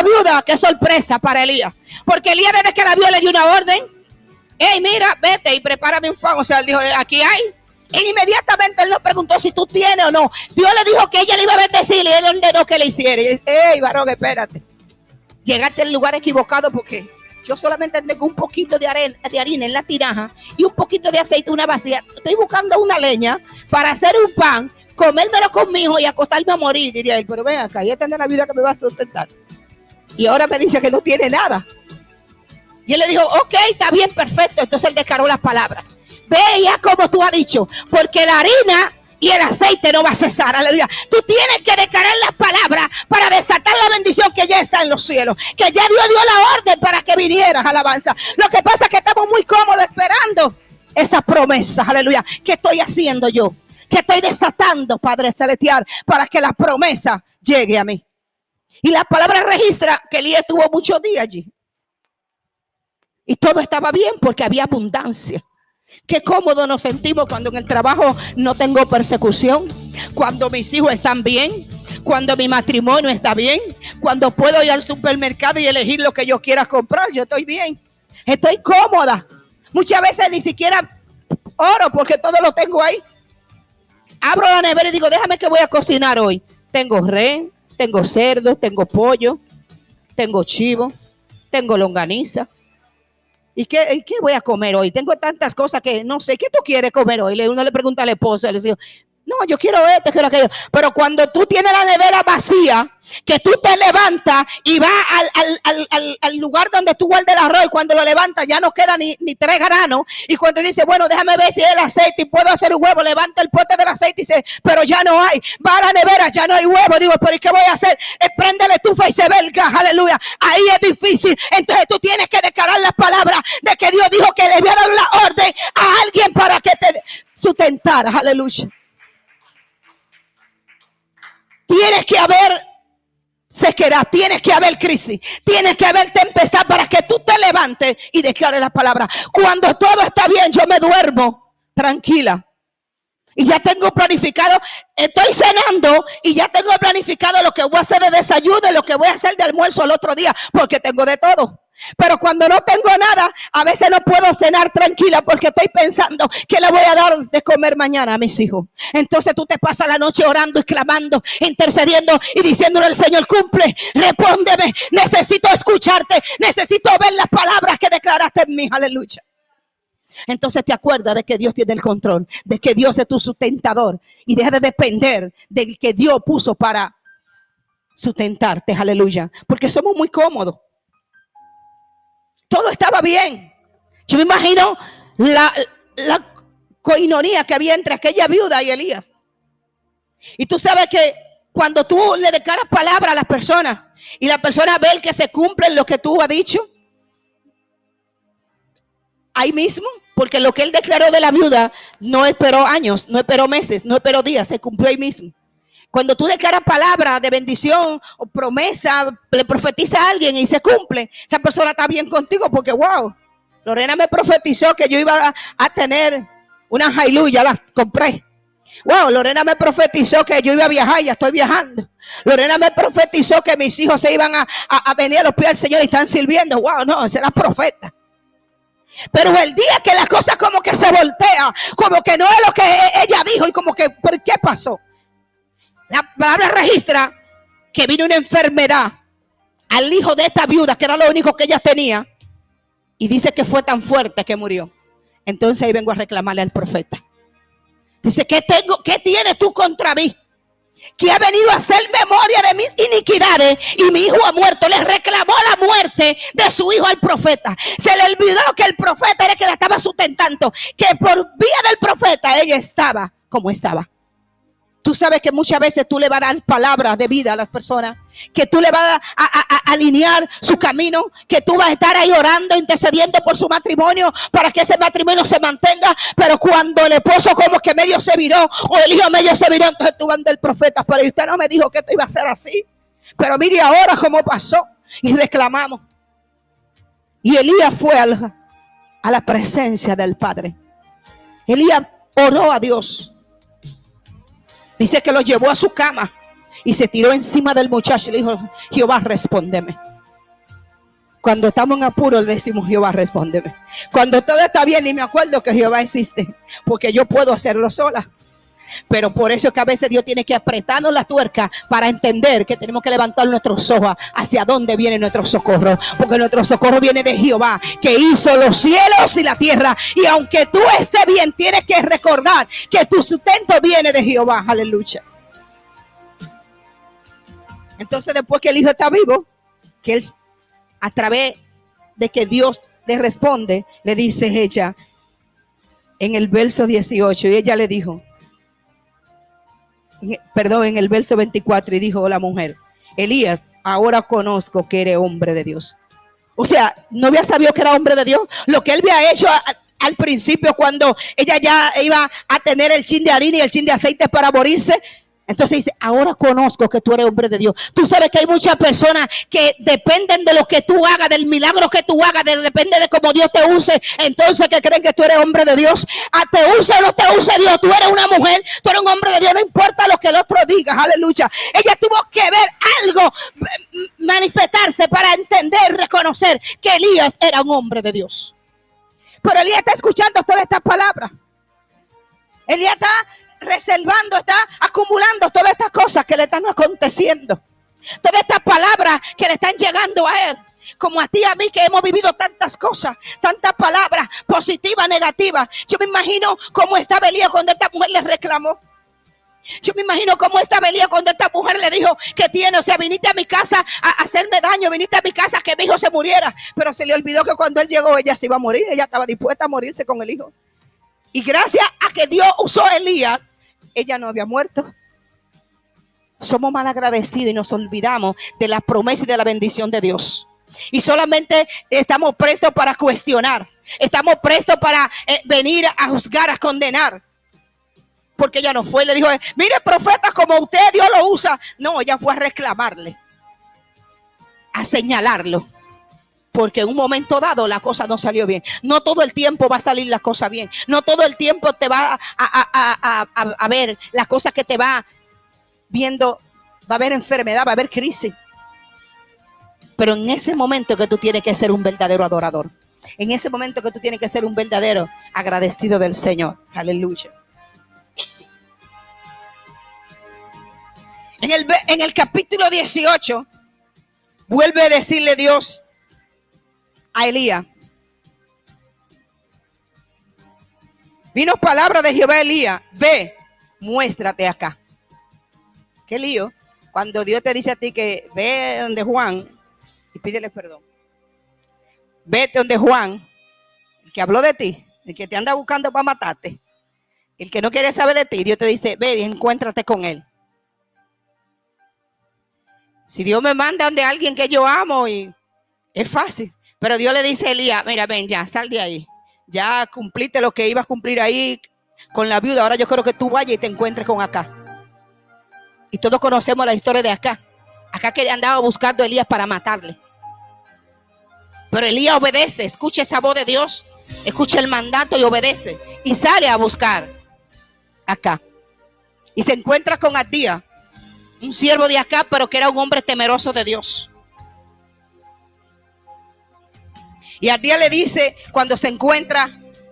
viuda, qué sorpresa para Elías. Porque Elías desde que la vio le dio una orden. Hey, mira, vete y prepárame un pan. O sea, él dijo, aquí hay. E inmediatamente él no preguntó si tú tienes o no. Dios le dijo que ella le iba a bendecir y él ordenó que le hiciera. Y dice, hey, varón, espérate. Llegaste al lugar equivocado porque yo solamente tengo un poquito de harina en la tinaja y un poquito de aceite, una vacía. Estoy buscando una leña para hacer un pan, comérmelo conmigo y acostarme a morir, diría él. Pero ven acá, ya tendrá la vida que me va a sustentar. Y ahora me dice que no tiene nada. Y él le dijo, ok, está bien, perfecto. Entonces él declaró las palabras. Veía como tú has dicho, porque la harina y el aceite no va a cesar, aleluya. Tú tienes que declarar las palabras para desatar la bendición que ya está en los cielos, que ya Dios dio la orden para que vinieras, alabanza. Lo que pasa es que estamos muy cómodos esperando esa promesa, aleluya. ¿Qué estoy haciendo yo? ¿Qué estoy desatando, Padre Celestial, para que la promesa llegue a mí? Y la palabra registra que Elías estuvo muchos días allí. Y todo estaba bien porque había abundancia. Qué cómodo nos sentimos cuando en el trabajo no tengo persecución, cuando mis hijos están bien, cuando mi matrimonio está bien, cuando puedo ir al supermercado y elegir lo que yo quiera comprar. Yo estoy bien, estoy cómoda. Muchas veces ni siquiera oro porque todo lo tengo ahí. Abro la nevera y digo, déjame que voy a cocinar hoy. Tengo res, tengo cerdo, tengo pollo, tengo chivo, tengo longaniza. ¿Y qué voy a comer hoy? Tengo tantas cosas que no sé. ¿Qué tú quieres comer hoy? Uno le pregunta al esposo, le dice, no, yo quiero esto, quiero aquello. Pero cuando tú tienes la nevera vacía, que tú te levantas y vas al lugar donde tú guardas el arroz, y cuando lo levantas ya no queda ni 3 granos. Y cuando dice, bueno, déjame ver si hay el aceite y puedo hacer un huevo, levanta el pote del aceite y dice, pero ya no hay. Va a la nevera, ya no hay huevo. Digo, pero ¿y qué voy a hacer? Prende la estufa y se ve el gas, aleluya. Ahí es difícil. Entonces tú tienes que declarar las palabras de que Dios dijo que le había dado la orden a alguien para que te sustentara, aleluya. Tienes que haber sequedad, tienes que haber crisis, tienes que haber tempestad para que tú te levantes y declares las palabras. Cuando todo está bien, yo me duermo tranquila. Y ya tengo planificado, estoy cenando y ya tengo planificado lo que voy a hacer de desayuno y lo que voy a hacer de almuerzo al otro día, porque tengo de todo. Pero cuando no tengo nada, a veces no puedo cenar tranquila porque estoy pensando que le voy a dar de comer mañana a mis hijos. Entonces tú te pasas la noche orando y clamando, intercediendo y diciéndole al Señor, cumple, respóndeme, necesito escucharte, necesito ver las palabras que declaraste en mí, aleluya. Entonces te acuerdas de que Dios tiene el control, de que Dios es tu sustentador y deja de depender del que Dios puso para sustentarte, aleluya, porque somos muy cómodos. Todo estaba bien. Yo me imagino la coinonía que había entre aquella viuda y Elías. Y tú sabes que cuando tú le declaras palabra a las personas y la persona ve que se cumple lo que tú has dicho, ahí mismo, porque lo que él declaró de la viuda no esperó años, no esperó meses, no esperó días, se cumplió ahí mismo. Cuando tú declaras palabra de bendición o promesa, le profetiza a alguien y se cumple, esa persona está bien contigo porque wow, Lorena me profetizó que yo iba a tener una Hilux, ya la compré. Wow, Lorena me profetizó que yo iba a viajar, ya estoy viajando. Lorena me profetizó que mis hijos se iban a venir a los pies del Señor y están sirviendo. Wow, no, será profeta. Pero el día que la cosa como que se voltea, como que no es lo que ella dijo y como que, ¿por qué pasó? La palabra registra que vino una enfermedad al hijo de esta viuda, que era lo único que ella tenía, y dice que fue tan fuerte que murió. Entonces ahí vengo a reclamarle al profeta. Dice, ¿qué tienes tú contra mí? Que ha venido a hacer memoria de mis iniquidades y mi hijo ha muerto. Le reclamó la muerte de su hijo al profeta. Se le olvidó que el profeta era el que la estaba sustentando, que por vía del profeta ella estaba como estaba. Tú sabes que muchas veces tú le vas a dar palabras de vida a las personas, que tú le vas a alinear su camino, que tú vas a estar ahí orando, intercediendo por su matrimonio para que ese matrimonio se mantenga. Pero cuando el esposo como que medio se viró o el hijo medio se viró, entonces tú vas del profeta, pero usted no me dijo que esto iba a ser así. Pero mire ahora cómo pasó, y reclamamos. Y Elías fue a la presencia del Padre. Elías oró a Dios. Dice que lo llevó a su cama y se tiró encima del muchacho y le dijo, Jehová, respóndeme. Cuando estamos en apuro le decimos: Jehová, respóndeme. Cuando todo está bien, y me acuerdo que Jehová existe, porque yo puedo hacerlo sola. Pero por eso es que a veces Dios tiene que apretarnos la tuerca para entender que tenemos que levantar nuestros ojos hacia dónde viene nuestro socorro. Porque nuestro socorro viene de Jehová, que hizo los cielos y la tierra. Y aunque tú estés bien, tienes que recordar que tu sustento viene de Jehová. Aleluya. Entonces, después que el hijo está vivo, que él, a través de que Dios le responde, le dice ella en el verso 18, y ella le dijo, en el verso 24, y dijo la mujer: Elías, ahora conozco que eres hombre de Dios. O sea, no había sabido que era hombre de Dios. Lo que él había hecho al principio, cuando ella ya iba a tener el chin de harina y el chin de aceite para morirse. Entonces dice: ahora conozco que tú eres hombre de Dios. Tú sabes que hay muchas personas que dependen de lo que tú hagas, del milagro que tú hagas, depende de cómo Dios te use. Entonces, que creen que tú eres hombre de Dios. Te use o no te use Dios, tú eres una mujer, tú eres un hombre de Dios, no importa lo que el otro diga. Aleluya. Ella tuvo que ver algo manifestarse para entender, reconocer que Elías era un hombre de Dios. Pero Elías está escuchando todas estas palabras. Elías está reservando, está acumulando todas estas cosas que le están aconteciendo, todas estas palabras que le están llegando a él, como a ti y a mí, que hemos vivido tantas cosas, tantas palabras positivas, negativas. Yo me imagino cómo estaba Elías cuando esta mujer le reclamó. Yo me imagino cómo estaba Elías cuando esta mujer le dijo: que tiene, o sea, viniste a mi casa a hacerme daño, viniste a mi casa a que mi hijo se muriera. Pero se le olvidó que cuando él llegó, ella se iba a morir, ella estaba dispuesta a morirse con el hijo. Y gracias a que Dios usó a Elías, ella no había muerto. Somos mal agradecidos y nos olvidamos de la promesa y de la bendición de Dios. Y solamente estamos prestos para cuestionar. Estamos prestos para venir a juzgar, a condenar. Porque ella no fue y le dijo: mire, profeta, como usted, Dios lo usa. No, ella fue a reclamarle, a señalarlo. Porque en un momento dado la cosa no salió bien. No todo el tiempo va a salir la cosa bien. No todo el tiempo te va a ver las cosas que te va viendo. Va a haber enfermedad, va a haber crisis. Pero en ese momento que tú tienes que ser un verdadero adorador. En ese momento que tú tienes que ser un verdadero agradecido del Señor. Aleluya. En el capítulo 18 vuelve a decirle Dios a Elías: vino palabra de Jehová a Elías: ve, muéstrate acá. ¿Qué lío? Cuando Dios te dice a ti que ve donde Juan y pídele perdón. Vete donde Juan, el que habló de ti, el que te anda buscando para matarte, el que no quiere saber de ti. Dios te dice: ve y encuéntrate con él. Si Dios me manda donde alguien que yo amo, y es fácil. Pero Dios le dice a Elías: mira, ven, ya, sal de ahí. Ya cumpliste lo que ibas a cumplir ahí con la viuda. Ahora yo quiero que tú vayas y te encuentres con Acab. Y todos conocemos la historia de Acab. Acab que andaba buscando a Elías para matarle. Pero Elías obedece, escucha esa voz de Dios, escucha el mandato y obedece. Y sale a buscar a Acab. Y se encuentra con Abdías, un siervo de Acab, pero que era un hombre temeroso de Dios. Y Abdías le dice, cuando se encuentra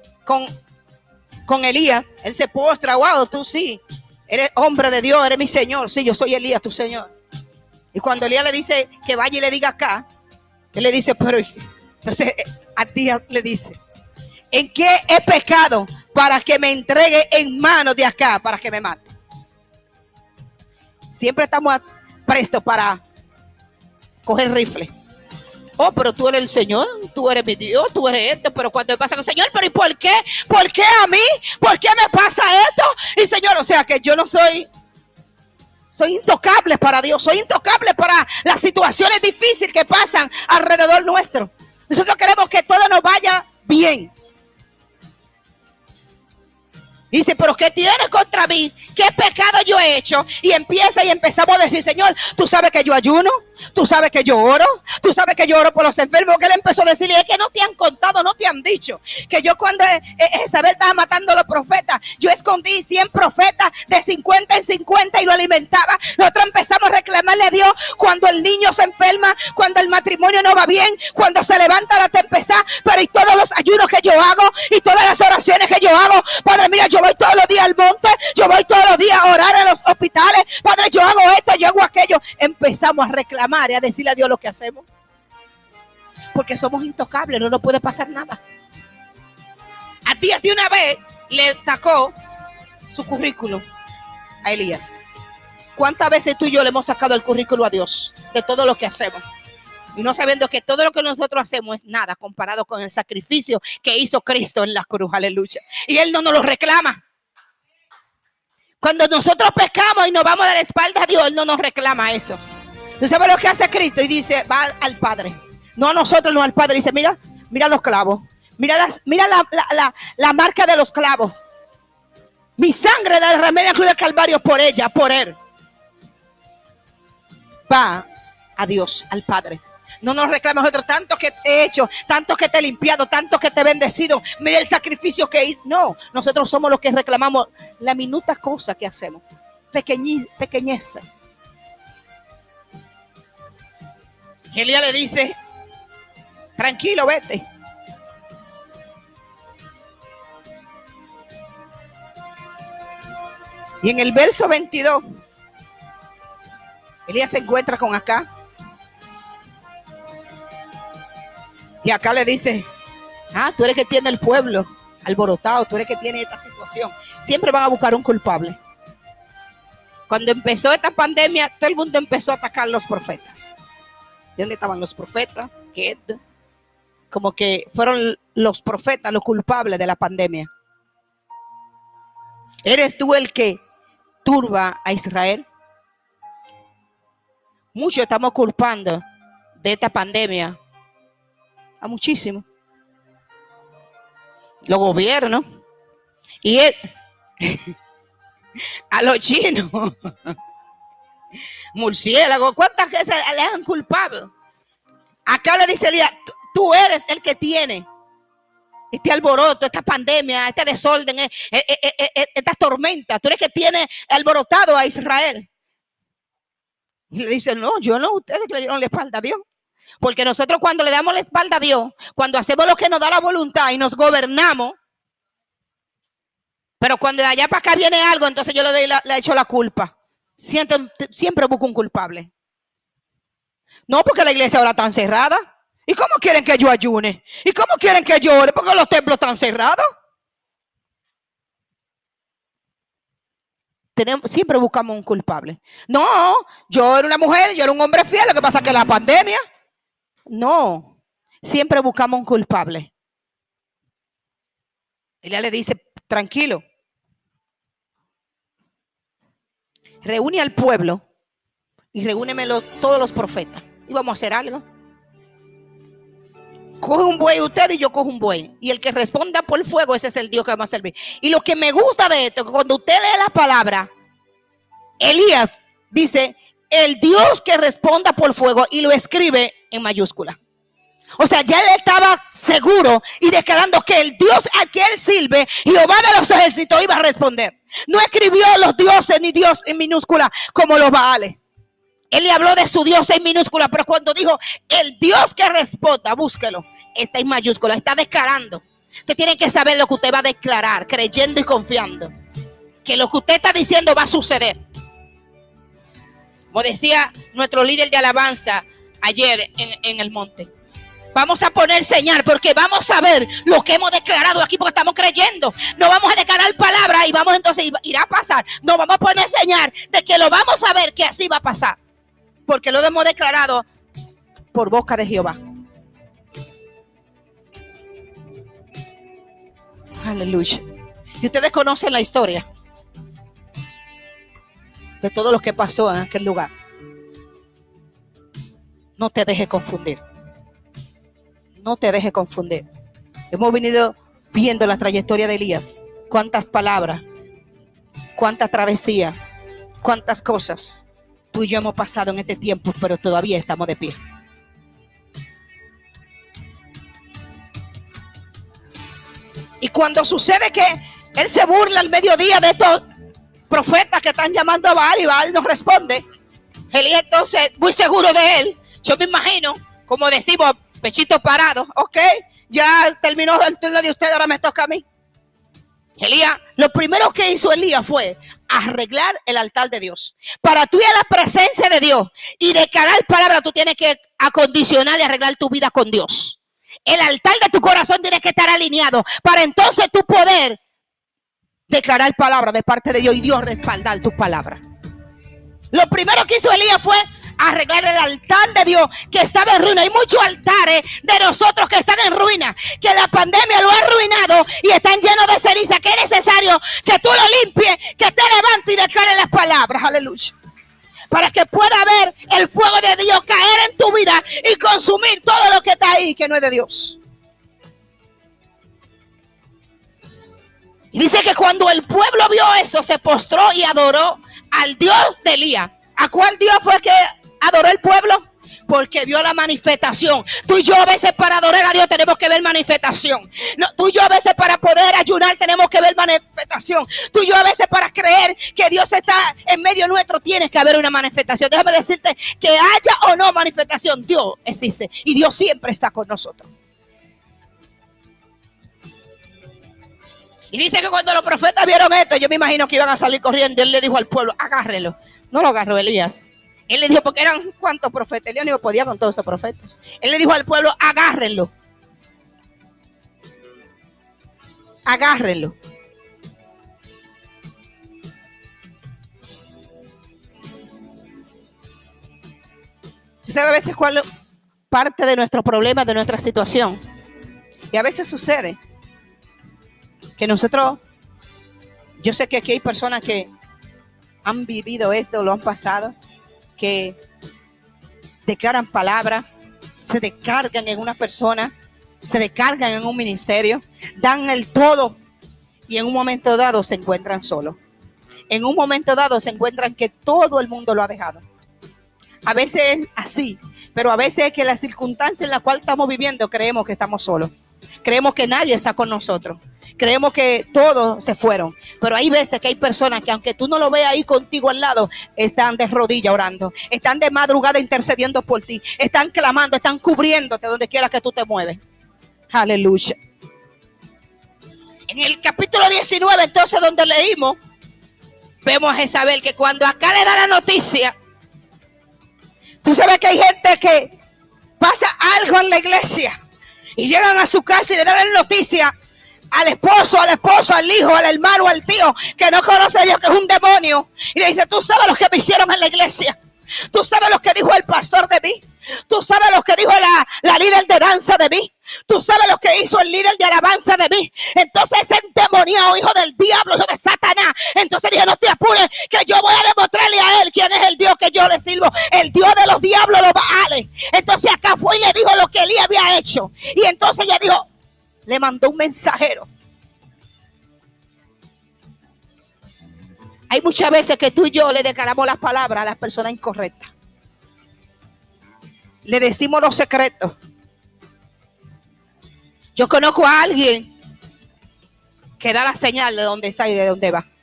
con Elías, él se postra: wow, tú sí, eres hombre de Dios, eres mi Señor. Sí, yo soy Elías, tu Señor. Y cuando Elías le dice que vaya y le diga acá, él le dice: pero entonces Abdías le dice: ¿en qué he pecado para que me entregue en manos de Acab para que me mate? Siempre estamos prestos para coger rifle. Oh, pero tú eres el Señor, tú eres mi Dios, tú eres esto. Pero cuando me pasa con el Señor, pero ¿y por qué? ¿Por qué a mí? ¿Por qué me pasa esto? Y Señor, o sea que yo no soy intocable para Dios, soy intocable para las situaciones difíciles que pasan alrededor nuestro. Nosotros queremos que todo nos vaya bien. Y dice, pero ¿qué tienes contra mí? ¿Qué pecado yo he hecho? Y empezamos a decir, Señor, tú sabes que yo ayuno, tú sabes que yo oro, tú sabes que yo oro por los enfermos. Que él empezó a decirle, es que no te han contado, no te han dicho que yo cuando Jezabel estaba matando a los profetas, yo escondí 100 profetas de 50 en 50 y lo alimentaba. Nosotros empezamos a reclamarle a Dios cuando el niño se enferma, cuando el matrimonio no va bien, cuando se levanta la tempestad. Pero y todos los ayunos que yo hago y todas las oraciones que yo hago, Padre, mira, yo voy todos los días al monte, yo voy todos los días a orar en los hospitales, Padre, yo hago esto, yo hago aquello. Empezamos a reclamar y a decirle a Dios lo que hacemos, porque somos intocables, no nos puede pasar nada. A Días de una vez le sacó su currículum a Elías. ¿Cuántas veces tú y yo le hemos sacado el currículum a Dios de todo lo que hacemos? Y no sabiendo que todo lo que nosotros hacemos es nada comparado con el sacrificio que hizo Cristo en la cruz, aleluya. Y Él no nos lo reclama. Cuando nosotros pecamos y nos vamos de la espalda a Dios, Él no nos reclama eso. ¿Tú sabes lo que hace Cristo? Y dice, va al Padre. No a nosotros, no al Padre. Dice, mira los clavos. Mira la marca de los clavos. Mi sangre derramé en la cruz del Calvario por ella, por Él. Va a Dios, al Padre. No nos reclama nosotros, tanto que te he hecho, tanto que te he limpiado, tanto que te he bendecido. Mira el sacrificio que hice. No, nosotros somos los que reclamamos la minuta cosa que hacemos. Pequeñez. Elías le dice, tranquilo, vete. Y en el verso 22, Elías se encuentra con Acab. Y acá le dice, tú eres que tiene el pueblo alborotado, tú eres que tiene esta situación. Siempre van a buscar un culpable. Cuando empezó esta pandemia, todo el mundo empezó a atacar a los profetas. ¿De dónde estaban los profetas? Como que fueron los profetas los culpables de la pandemia. ¿Eres tú el que turba a Israel? Muchos estamos culpando de esta pandemia a muchísimos. Los gobiernos y a los chinos, murciélagos. ¿Cuántas veces le han culpado? Acá le dice Elías, tú eres el que tiene este alboroto, esta pandemia, este desorden, esta tormenta. Tú eres que tiene alborotado a Israel. Y le dice, no, yo no, ustedes que le dieron la espalda a Dios. Porque nosotros cuando le damos la espalda a Dios, cuando hacemos lo que nos da la voluntad y nos gobernamos, pero cuando de allá para acá viene algo, entonces yo le echo la culpa. Siempre busco un culpable. No, porque la iglesia ahora está cerrada. ¿Y cómo quieren que yo ayune? ¿Y cómo quieren que yo ore? Porque los templos están cerrados. Siempre buscamos un culpable. No, yo era una mujer, yo era un hombre fiel. Lo que pasa es que la pandemia. No, siempre buscamos un culpable. Ella le dice, tranquilo. Reúne al pueblo y reúnemelo todos los profetas. Y vamos a hacer algo. Coge un buey usted y yo cojo un buey. Y el que responda por fuego, ese es el Dios que vamos a servir. Y lo que me gusta de esto, que cuando usted lee la palabra, Elías dice, el Dios que responda por fuego, y lo escribe en mayúscula. O sea, ya él estaba seguro y declarando que el Dios a que él sirve, Jehová de los ejércitos, iba a responder. No escribió los dioses ni Dios en minúscula como los Baales. Él le habló de su Dios en minúscula, pero cuando dijo el Dios que responda, búsquelo, está en mayúscula, está declarando. Usted tiene que saber lo que usted va a declarar, creyendo y confiando que lo que usted está diciendo va a suceder. Como decía nuestro líder de alabanza ayer en el monte, vamos a poner señal, porque vamos a ver lo que hemos declarado aquí, porque estamos creyendo. No vamos a declarar palabras y vamos entonces, irá a pasar. No, vamos a poner señal de que lo vamos a ver, que así va a pasar, porque lo hemos declarado por boca de Jehová. Aleluya. Y ustedes conocen la historia de todo lo que pasó en aquel lugar. No te dejes confundir. No te dejes confundir. Hemos venido viendo la trayectoria de Elías cuántas palabras, cuánta travesía, cuántas cosas tú y yo hemos pasado en este tiempo, pero todavía estamos de pie. Y cuando sucede que él se burla al mediodía de estos profetas que están llamando a Baal y Baal no responde, Elías entonces, muy seguro de él, yo me imagino, como decimos, pechito parado, ok, ya terminó el turno de usted, ahora me toca a mí. Elías, lo primero que hizo Elías fue arreglar el altar de Dios. Para tú ir a la presencia de Dios y declarar palabra, tú tienes que acondicionar y arreglar tu vida con Dios. El altar de tu corazón tiene que estar alineado para entonces tú poder declarar palabra de parte de Dios y Dios respaldar tus palabras. Lo primero que hizo Elías fue arreglar el altar de Dios que estaba en ruina. Hay muchos altares de nosotros que están en ruina, que la pandemia lo ha arruinado y están llenos de ceniza, que es necesario que tú lo limpies, que te levantes y declares las palabras, aleluya, para que pueda ver el fuego de Dios caer en tu vida y consumir todo lo que está ahí que no es de Dios. Y dice que cuando el pueblo vio eso, se postró y adoró al Dios de Elías. ¿A cuál Dios fue que adoró el pueblo? Porque vio la manifestación. Tú y yo a veces para adorar a Dios tenemos que ver manifestación. No, tú y yo a veces para poder ayunar tenemos que ver manifestación. Tú y yo a veces para creer que Dios está en medio nuestro tienes que haber una manifestación. Déjame decirte que haya o no manifestación, Dios existe y Dios siempre está con nosotros. Y dice que cuando los profetas vieron esto, yo me imagino que iban a salir corriendo. Él le dijo al pueblo, agárrelo. No lo agarró Elías. Él le dijo, porque eran cuántos profetas. Elías no podía con todos esos profetas. Él le dijo al pueblo, agárrenlo. Agárrenlo. ¿Tú sabes a veces cuál es parte de nuestro problema, de nuestra situación? Y a veces sucede que nosotros, yo sé que aquí hay personas que han vivido esto, lo han pasado, que declaran palabras, se descargan en una persona, se descargan en un ministerio, dan el todo y en un momento dado se encuentran solos. En un momento dado se encuentran que todo el mundo lo ha dejado. A veces es así, pero a veces es que la circunstancia en la cual estamos viviendo creemos que estamos solos. Creemos que nadie está con nosotros. Creemos que todos se fueron. Pero hay veces que hay personas que aunque tú no lo veas ahí contigo al lado, están de rodillas orando. Están de madrugada intercediendo por ti. Están clamando, están cubriéndote donde quiera que tú te mueves. Aleluya. En el capítulo 19, entonces, donde leímos, vemos a Jezabel que cuando acá le da la noticia, tú sabes que hay gente que pasa algo en la iglesia y llegan a su casa y le dan la noticia al esposo, a la esposa, al hijo, al hermano, al tío que no conoce a Dios, que es un demonio, y le dice, tú sabes lo que me hicieron en la iglesia, tú sabes lo que dijo el pastor de mí, tú sabes lo que dijo la líder de danza de mí, tú sabes lo que hizo el líder de alabanza de mí. Entonces ese endemoniado, hijo del diablo, hijo de Satanás, entonces dije, no te apures, que yo voy a demostrarle a él quién es el Dios que yo le sirvo, el Dios de los diablos, los Baales. Entonces acá fue y le dijo lo que Elías había hecho, y entonces ella dijo, le mandó un mensajero. Hay muchas veces que tú y yo le declaramos las palabras a las personas incorrectas. Le decimos los secretos. Yo conozco a alguien que da la señal de dónde está y de dónde va.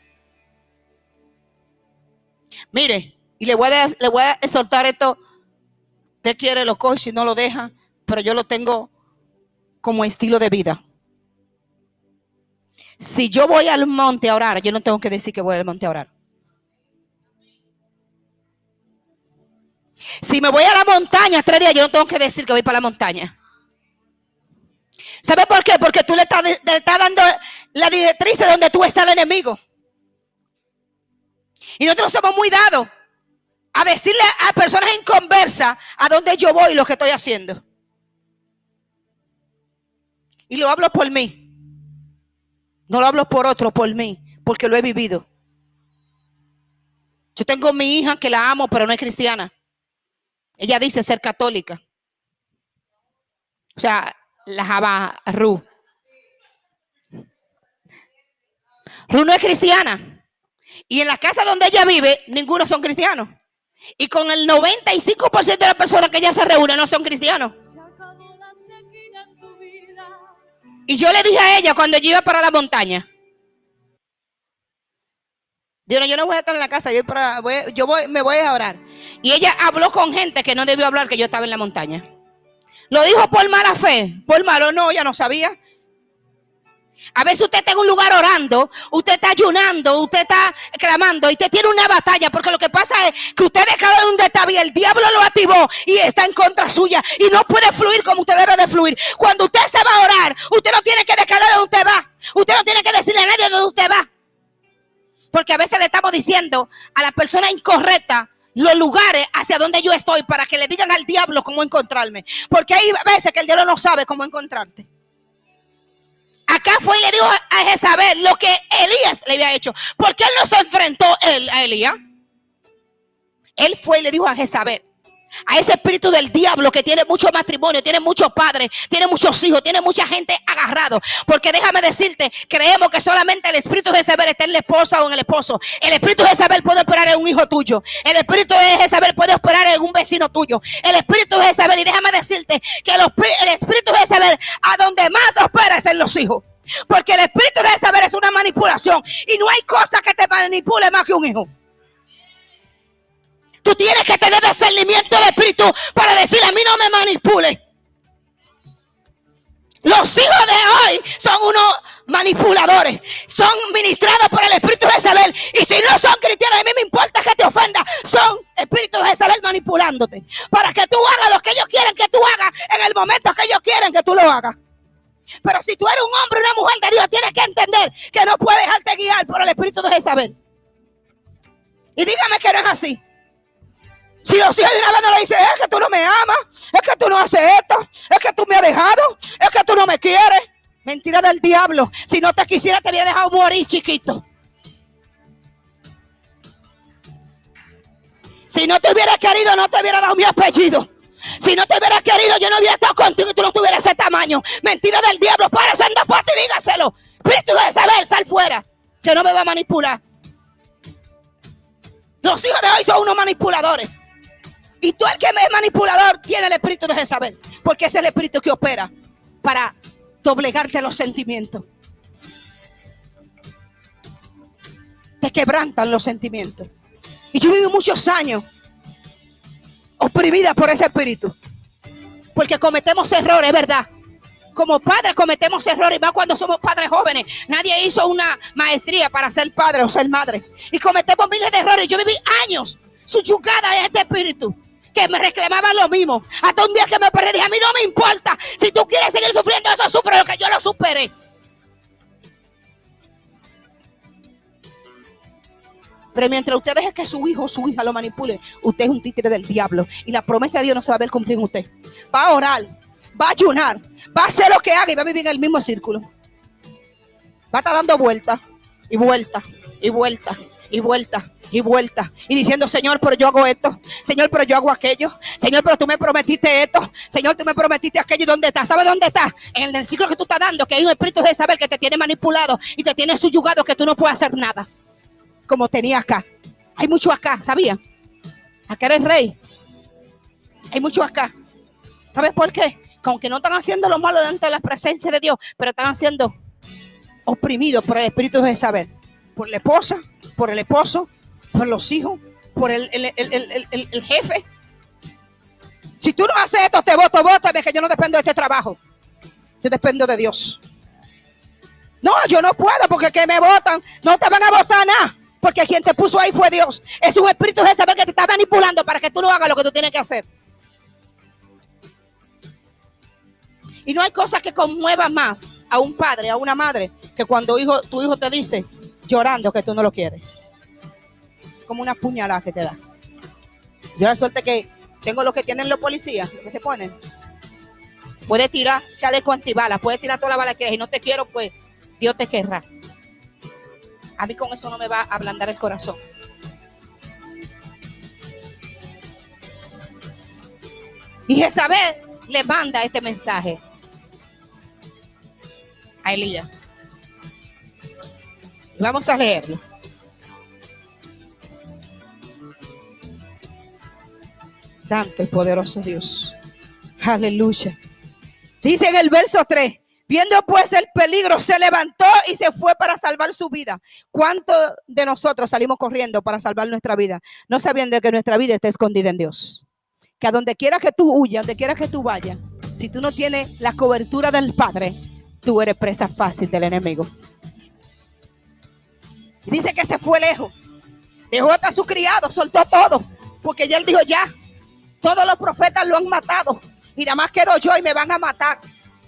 Mire, y le voy a exhortar esto. Usted quiere lo coge, si no lo deja, pero yo lo tengo como estilo de vida. Si yo voy al monte a orar, yo no tengo que decir que voy al monte a orar. Si me voy a la montaña 3 días, yo no tengo que decir que voy para la montaña. ¿Sabe por qué? Porque tú le estás dando la directriz de donde tú estás el enemigo. Y nosotros somos muy dados a decirle a personas inconversas a dónde yo voy y lo que estoy haciendo. Y lo hablo por mí. No lo hablo por otro, por mí, porque lo he vivido. Yo tengo mi hija que la amo, pero no es cristiana. Ella dice ser católica. O sea, la Javarú. Ruth no es cristiana. Y en la casa donde ella vive, ninguno son cristianos. Y con el 95% de las personas que ella se reúne no son cristianos. Y yo le dije a ella cuando yo iba para la montaña, digo, yo no voy a estar en la casa, me voy a orar. Y ella habló con gente que no debió hablar, que yo estaba en la montaña. Lo dijo por mala fe, por malo no, ella no sabía. A veces usted está en un lugar orando, usted está ayunando, usted está clamando y usted tiene una batalla, porque lo que pasa es que usted deja de donde estaba y el diablo lo activó y está en contra suya y no puede fluir como usted debe de fluir. Cuando usted se va a orar, usted no tiene que dejar de donde usted va, usted no tiene que decirle a nadie de dónde usted va, porque a veces le estamos diciendo a la persona incorrecta los lugares hacia donde yo estoy para que le digan al diablo cómo encontrarme, porque hay veces que el diablo no sabe cómo encontrarte. Acá fue y le dijo a Jezabel lo que Elías le había hecho. ¿Por qué él no se enfrentó a Elías? Él fue y le dijo a Jezabel, a ese espíritu del diablo que tiene mucho matrimonio, tiene muchos padres, tiene muchos hijos, tiene mucha gente agarrado. Porque déjame decirte, creemos que solamente el espíritu de Jezabel está en la esposa o en el esposo. El espíritu de Jezabel puede operar en un hijo tuyo. El espíritu de Jezabel puede operar en un vecino tuyo. El espíritu de Jezabel, y déjame decirte que el espíritu de Jezabel a donde más opera es en los hijos. Porque el espíritu de Jezabel es una manipulación y no hay cosa que te manipule más que un hijo. Tú tienes que tener discernimiento del espíritu para decir, a mí no me manipule. Los hijos de hoy son unos manipuladores, son ministrados por el espíritu de Jezabel. Y si no son cristianos, a mí me importa que te ofenda. Son espíritus de Jezabel manipulándote para que tú hagas lo que ellos quieren que tú hagas en el momento que ellos quieren que tú lo hagas. Pero si tú eres un hombre o una mujer de Dios, tienes que entender que no puedes dejarte guiar por el espíritu de Jezabel. Y dígame que no es así. Si los hijos de una vez no le dicen, es que tú no me amas, es que tú no haces esto, es que tú me has dejado, es que tú no me quieres. Mentira del diablo. Si no te quisiera, te hubiera dejado morir, chiquito. Si no te hubiera querido, no te hubiera dado mi apellido. Si no te hubiera querido, yo no hubiera estado contigo y tú no tuvieras ese tamaño. Mentira del diablo. Párese en dos patas y dígaselo. Espíritu de Jezabel, sal fuera, que no me va a manipular. Los hijos de hoy son unos manipuladores. Y tú, el que es manipulador, tiene el espíritu de Jezabel, porque es el espíritu que opera para doblegarte los sentimientos. Te quebrantan los sentimientos. Y yo viví muchos años oprimida por ese espíritu, porque cometemos errores, ¿verdad? Como padres cometemos errores, más cuando somos padres jóvenes. Nadie hizo una maestría para ser padre o ser madre. Y cometemos miles de errores. Yo viví años subyugada a este espíritu que me reclamaba lo mismo. Hasta un día que me perdí, dije, a mí no me importa. Si tú quieres seguir sufriendo eso, sufre, lo que yo lo superé. Pero mientras usted deje que su hijo o su hija lo manipule, usted es un títere del diablo. Y la promesa de Dios no se va a ver cumplir en usted. Va a orar, va a ayunar, va a hacer lo que haga y va a vivir en el mismo círculo. Va a estar dando vueltas y vueltas y vueltas y vueltas y vueltas y diciendo, Señor, pero yo hago esto, Señor, pero yo hago aquello, Señor, pero tú me prometiste esto, Señor, tú me prometiste aquello. ¿Y dónde está? ¿Sabes dónde está? En el ciclo que tú estás dando, que hay un espíritu de Jezabel que te tiene manipulado y te tiene subyugado, que tú no puedes hacer nada como tenía acá. Hay mucho acá, ¿sabía? Acá eres rey. Hay mucho acá. ¿Sabes por qué? Que aunque no están haciendo lo malo dentro de la presencia de Dios, pero están siendo oprimidos por el espíritu de Jezabel. Por la esposa, por el esposo, por los hijos, por el jefe. Si tú no haces esto, te voto, de que yo no dependo de este trabajo. Yo dependo de Dios. No, yo no puedo, porque que me votan, no te van a votar nada. Porque quien te puso ahí fue Dios. Es un espíritu de Jezabel que te está manipulando para que tú no hagas lo que tú tienes que hacer. Y no hay cosa que conmueva más a un padre, a una madre, que cuando tu hijo te dice llorando que tú no lo quieres. Es como una puñalada que te da. Yo la suerte que tengo lo que tienen los policías, que se ponen. Puedes tirar chaleco antibalas, puedes tirar toda la bala que quieras, y no te quiero, pues Dios te querrá. A mí con eso no me va a ablandar el corazón. Y Jezabel le manda este mensaje a Elías. Vamos a leerlo. Santo y poderoso Dios. Aleluya. Dice en el verso 3. Viendo pues el peligro, se levantó y se fue para salvar su vida. ¿Cuántos de nosotros salimos corriendo para salvar nuestra vida? No sabiendo que nuestra vida está escondida en Dios. Que a donde quiera que tú huyas, donde quiera que tú vayas, si tú no tienes la cobertura del Padre, tú eres presa fácil del enemigo. Y dice que se fue lejos. Dejó hasta a su criado, soltó todo. Porque ya él dijo, ya, todos los profetas lo han matado. Y nada más quedo yo y me van a matar.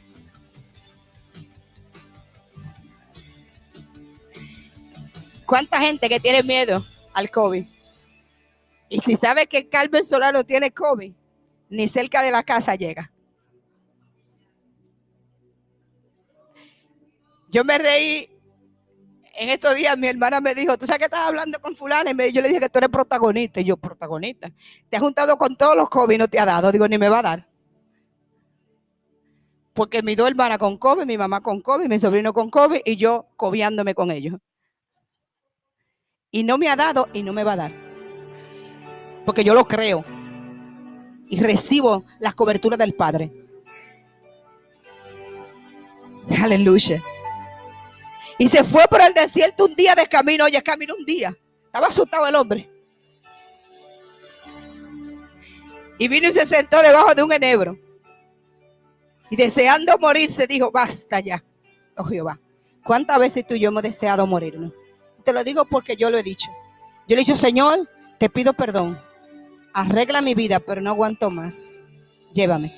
¿Cuánta gente que tiene miedo al COVID? Y si sabe que Carmen Solano tiene COVID, ni cerca de la casa llega. Yo me reí en estos días. Mi hermana me dijo, ¿tú sabes que estás hablando con fulana? Y yo le dije que tú eres protagonista. Y yo, protagonista. Te has juntado con todos los COVID y no te ha dado. Digo, ni me va a dar. Porque mis dos hermanas con COVID, mi mamá con COVID, mi sobrino con COVID y yo cobiándome con ellos. Y no me ha dado y no me va a dar. Porque yo lo creo. Y recibo las coberturas del Padre. Aleluya. Y se fue por el desierto un día de camino. Oye, caminó un día. Estaba asustado el hombre. Y vino y se sentó debajo de un enebro. Y deseando morirse dijo, basta ya, oh Jehová. ¿Cuántas veces tú y yo hemos deseado morirnos? Te lo digo porque yo lo he dicho. Yo le he dicho, Señor, te pido perdón. Arregla mi vida, pero no aguanto más. Llévame.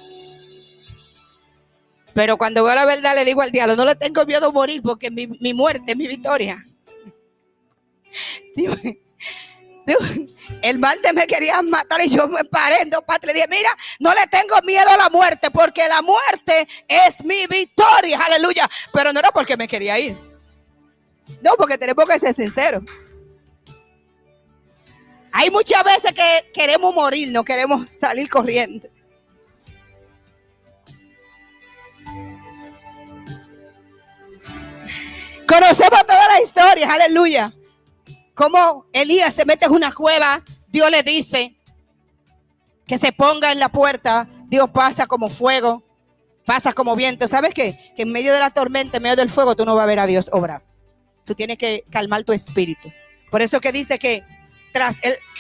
Pero cuando veo la verdad le digo al diablo, no le tengo miedo a morir porque mi muerte es mi victoria. Sí, el martes me querían matar y yo me paré en dos partes. Le dije, mira, no le tengo miedo a la muerte porque la muerte es mi victoria. Aleluya. Pero no era porque me quería ir. No, porque tenemos que ser sinceros. Hay muchas veces que queremos morir, no queremos salir corriendo. Conocemos toda la historia, aleluya. Como Elías se mete en una cueva, Dios le dice que se ponga en la puerta. Dios pasa como fuego, pasa como viento. ¿Sabes qué? Que en medio de la tormenta, en medio del fuego, tú no vas a ver a Dios obrar. Tú tienes que calmar tu espíritu. Por eso que dice que tras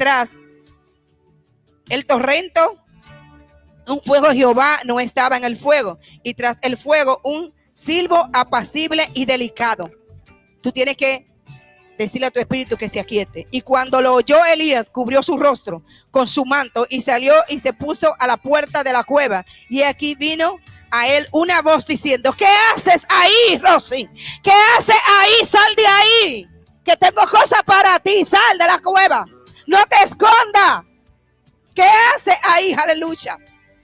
el torrento, un fuego de Jehová no estaba en el fuego. Y tras el fuego, un silbo apacible y delicado. Tú tienes que decirle a tu espíritu que se aquiete. Y cuando lo oyó Elías, cubrió su rostro con su manto y salió y se puso a la puerta de la cueva. Y aquí vino a él una voz diciendo, ¿qué haces ahí, Rosy? ¿Qué haces ahí? Sal de ahí, que tengo cosas para ti. Sal de la cueva, no te escondas. ¿Qué haces ahí? Aleluya.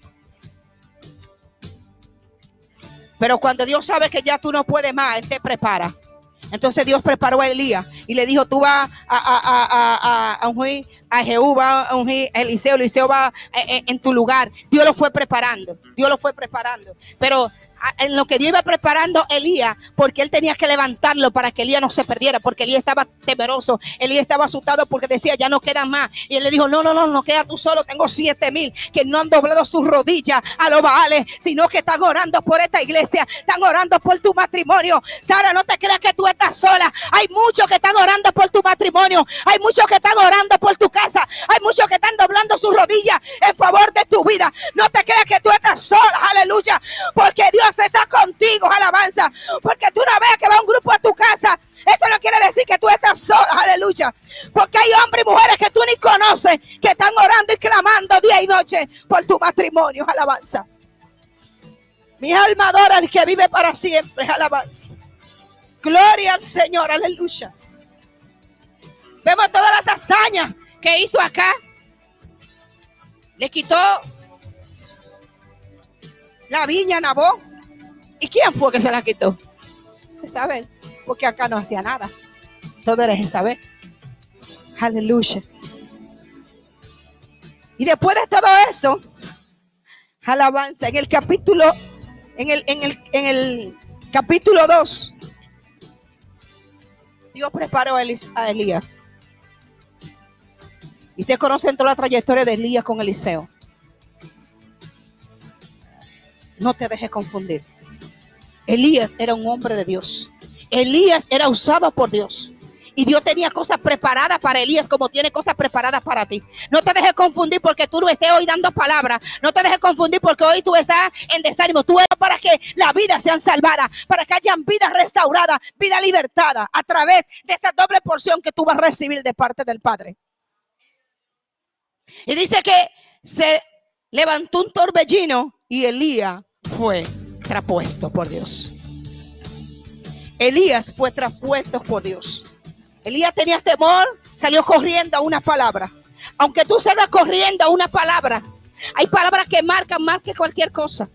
Pero cuando Dios sabe que ya tú no puedes más, Él te prepara. Entonces Dios preparó a Elías y le dijo, tú vas a ungir a Jehú, vas a ungir a Eliseo, Eliseo va en tu lugar. Dios lo fue preparando, Dios lo fue preparando. Pero en lo que Dios iba preparando Elías, porque él tenía que levantarlo para que Elías no se perdiera, porque Elías estaba temeroso, Elías estaba asustado porque decía, ya no quedan más. Y él le dijo, no queda tú solo, tengo 7,000 que no han doblado sus rodillas a los Baales, sino que están orando por esta iglesia, están orando por tu matrimonio. Sara, no te creas que tú estás sola, hay muchos que están orando por tu matrimonio, hay muchos que están orando por tu casa, hay muchos que están doblando sus rodillas en favor de tu vida. No te creas que tú estás sola, aleluya, porque Dios está contigo, alabanza. Porque tú no veas que va un grupo a tu casa, eso no quiere decir que tú estás sola, aleluya. Porque hay hombres y mujeres que tú ni conoces, que están orando y clamando día y noche por tu matrimonio, alabanza. Mi alma adora al que vive para siempre, alabanza. Gloria al Señor, aleluya. Vemos todas las hazañas que hizo acá. Le quitó la viña a Nabot. ¿Y quién fue que se la quitó? Jezabel, porque acá no hacía nada. Todo era Jezabel. Aleluya. Y después de todo eso, alabanza, en el capítulo, en el capítulo 2, Dios preparó a Elías. Y ustedes conocen toda la trayectoria de Elías con Eliseo. No te dejes confundir. Elías era un hombre de Dios. Elías era usado por Dios. Y Dios tenía cosas preparadas para Elías como tiene cosas preparadas para ti. No te dejes confundir porque tú no estés hoy dando palabras. No te dejes confundir porque hoy tú estás en desánimo. Tú eres para que la vida sea salvada, para que hayan vida restaurada, vida libertada a través de esta doble porción que tú vas a recibir de parte del Padre. Y dice que se levantó un torbellino y Elías fue traspuesto por Dios. Elías fue traspuesto por Dios. Elías tenía temor, salió corriendo a una palabra. Aunque tú salgas corriendo a una palabra, hay palabras que marcan más que cualquier cosa.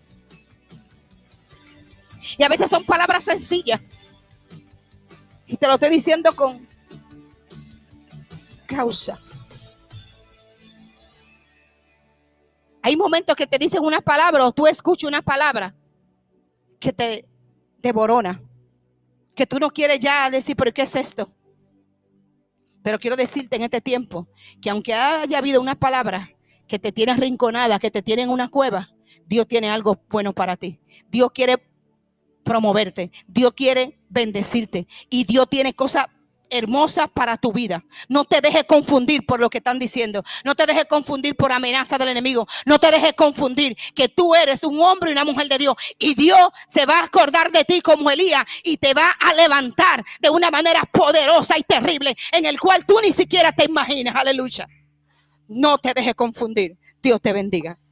Y a veces son palabras sencillas. Y te lo estoy diciendo con causa. Hay momentos que te dicen una palabra o tú escuchas una palabra que te devorona. Que tú no quieres ya decir, ¿pero qué es esto? Pero quiero decirte en este tiempo que aunque haya habido una palabra que te tiene arrinconada, que te tiene en una cueva, Dios tiene algo bueno para ti. Dios quiere promoverte. Dios quiere bendecirte. Y Dios tiene cosas hermosas para tu vida. No te dejes confundir por lo que están diciendo. No te dejes confundir por amenaza del enemigo. No te dejes confundir que tú eres un hombre y una mujer de Dios. Y Dios se va a acordar de ti como Elías y te va a levantar de una manera poderosa y terrible en el cual tú ni siquiera te imaginas. Aleluya. No te dejes confundir. Dios te bendiga.